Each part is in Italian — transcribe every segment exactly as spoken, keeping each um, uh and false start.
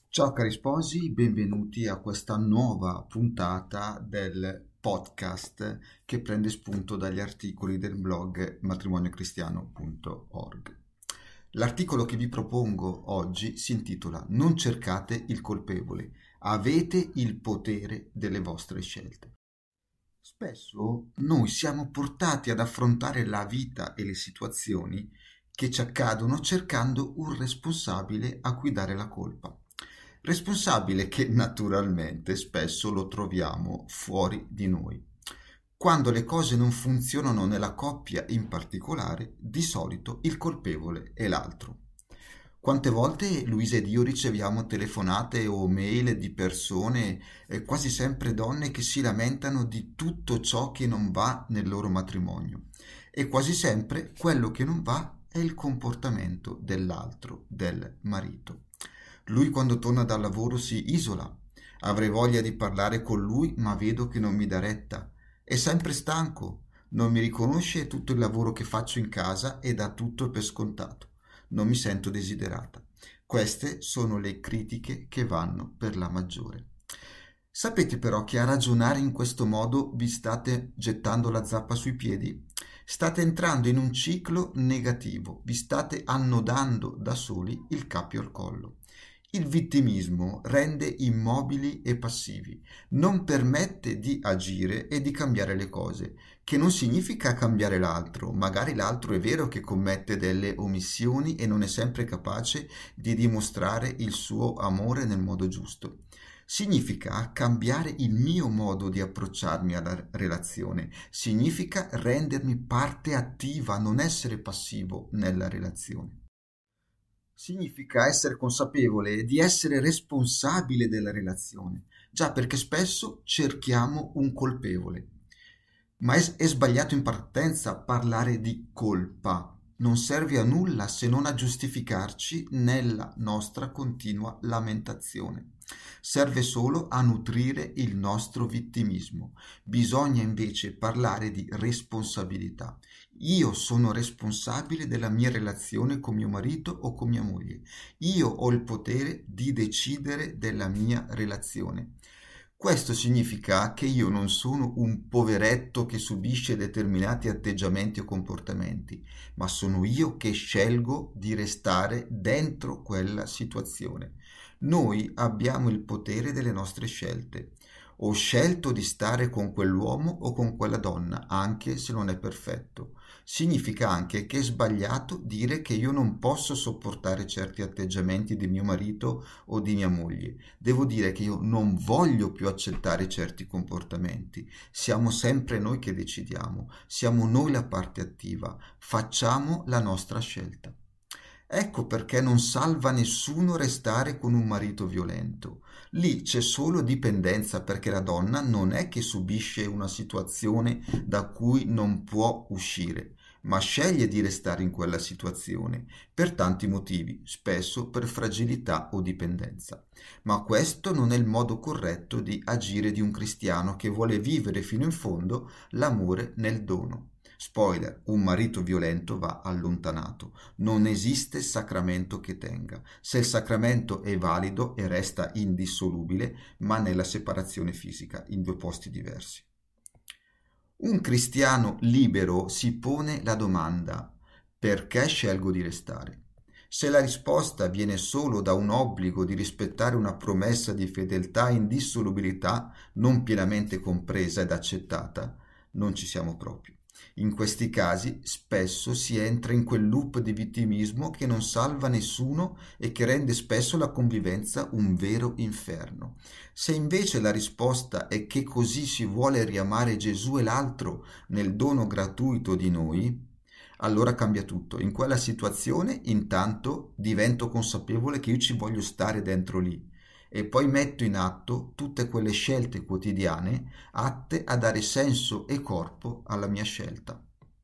Ciao cari sposi, benvenuti a questa nuova puntata del podcast che prende spunto dagli articoli del blog matrimonio cristiano punto org. L'articolo che vi propongo oggi si intitola Non cercate il colpevole, avete il potere delle vostre scelte. Spesso noi siamo portati ad affrontare la vita e le situazioni che ci accadono cercando un responsabile a cui dare la colpa. Responsabile che naturalmente spesso lo troviamo fuori di noi. Quando le cose non funzionano nella coppia in particolare, di solito il colpevole è l'altro. Quante volte Luisa ed io riceviamo telefonate o mail di persone, eh, quasi sempre donne, che si lamentano di tutto ciò che non va nel loro matrimonio. E quasi sempre quello che non va è il comportamento dell'altro, del marito. Lui quando torna dal lavoro si isola. Avrei voglia di parlare con lui, ma vedo che non mi dà retta. È sempre stanco, non mi riconosce tutto il lavoro che faccio in casa e dà tutto per scontato. Non mi sento desiderata. Queste sono le critiche che vanno per la maggiore. Sapete però che a ragionare in questo modo vi state gettando la zappa sui piedi? State entrando in un ciclo negativo, vi state annodando da soli il cappio al collo. Il vittimismo rende immobili e passivi, non permette di agire e di cambiare le cose, che non significa cambiare l'altro. Magari l'altro è vero che commette delle omissioni e non è sempre capace di dimostrare il suo amore nel modo giusto. Significa cambiare il mio modo di approcciarmi alla relazione, significa rendermi parte attiva, non essere passivo nella relazione. Significa essere consapevole di essere responsabile della relazione, già perché spesso cerchiamo un colpevole. Ma è, è sbagliato in partenza parlare di colpa. Non serve a nulla se non a giustificarci nella nostra continua lamentazione. Serve solo a nutrire il nostro vittimismo. Bisogna invece parlare di responsabilità. Io sono responsabile della mia relazione con mio marito o con mia moglie. Io ho il potere di decidere della mia relazione. Questo significa che io non sono un poveretto che subisce determinati atteggiamenti o comportamenti, ma sono io che scelgo di restare dentro quella situazione. Noi abbiamo il potere delle nostre scelte. Ho scelto di stare con quell'uomo o con quella donna, anche se non è perfetto. Significa anche che è sbagliato dire che io non posso sopportare certi atteggiamenti di mio marito o di mia moglie. Devo dire che io non voglio più accettare certi comportamenti. Siamo sempre noi che decidiamo, siamo noi la parte attiva, facciamo la nostra scelta. Ecco perché non salva nessuno restare con un marito violento. Lì c'è solo dipendenza, perché la donna non è che subisce una situazione da cui non può uscire, ma sceglie di restare in quella situazione per tanti motivi, spesso per fragilità o dipendenza. Ma questo non è il modo corretto di agire di un cristiano che vuole vivere fino in fondo l'amore nel dono. Spoiler, un marito violento va allontanato. Non esiste sacramento che tenga. Se il sacramento è valido e resta indissolubile, ma nella separazione fisica, in due posti diversi. Un cristiano libero si pone la domanda: perché scelgo di restare? Se la risposta viene solo da un obbligo di rispettare una promessa di fedeltà e indissolubilità non pienamente compresa ed accettata, non ci siamo proprio. In questi casi spesso si entra in quel loop di vittimismo che non salva nessuno e che rende spesso la convivenza un vero inferno. Se invece la risposta è che così si vuole riamare Gesù e l'altro nel dono gratuito di noi, allora cambia tutto. In quella situazione intanto divento consapevole che io ci voglio stare dentro lì. E poi metto in atto tutte quelle scelte quotidiane atte a dare senso e corpo alla mia scelta.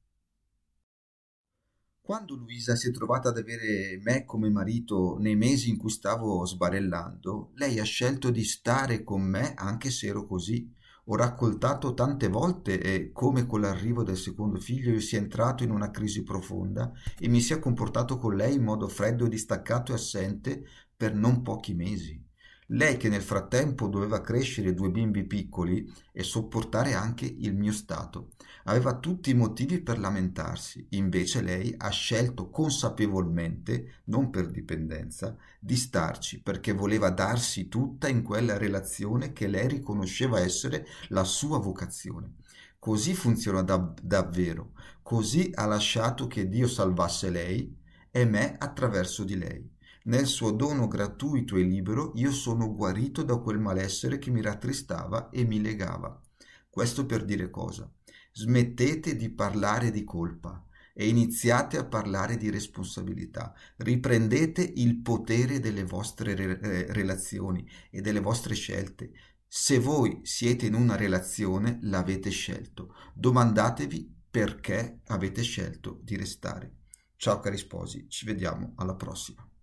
Quando Luisa si è trovata ad avere me come marito nei mesi in cui stavo sbarellando, lei ha scelto di stare con me anche se ero così. Ho raccontato tante volte e come con l'arrivo del secondo figlio io sia entrato in una crisi profonda e mi sia comportato con lei in modo freddo, distaccato e assente per non pochi mesi. Lei che nel frattempo doveva crescere due bimbi piccoli e sopportare anche il mio stato. Aveva tutti i motivi per lamentarsi, invece lei ha scelto consapevolmente, non per dipendenza, di starci perché voleva darsi tutta in quella relazione che lei riconosceva essere la sua vocazione. Così funziona da- davvero, così ha lasciato che Dio salvasse lei e me attraverso di lei. Nel suo dono gratuito e libero io sono guarito da quel malessere che mi rattristava e mi legava. Questo per dire cosa? Smettete di parlare di colpa e iniziate a parlare di responsabilità. Riprendete il potere delle vostre re- eh, relazioni e delle vostre scelte. Se voi siete in una relazione, l'avete scelto. Domandatevi perché avete scelto di restare. Ciao cari sposi, ci vediamo alla prossima.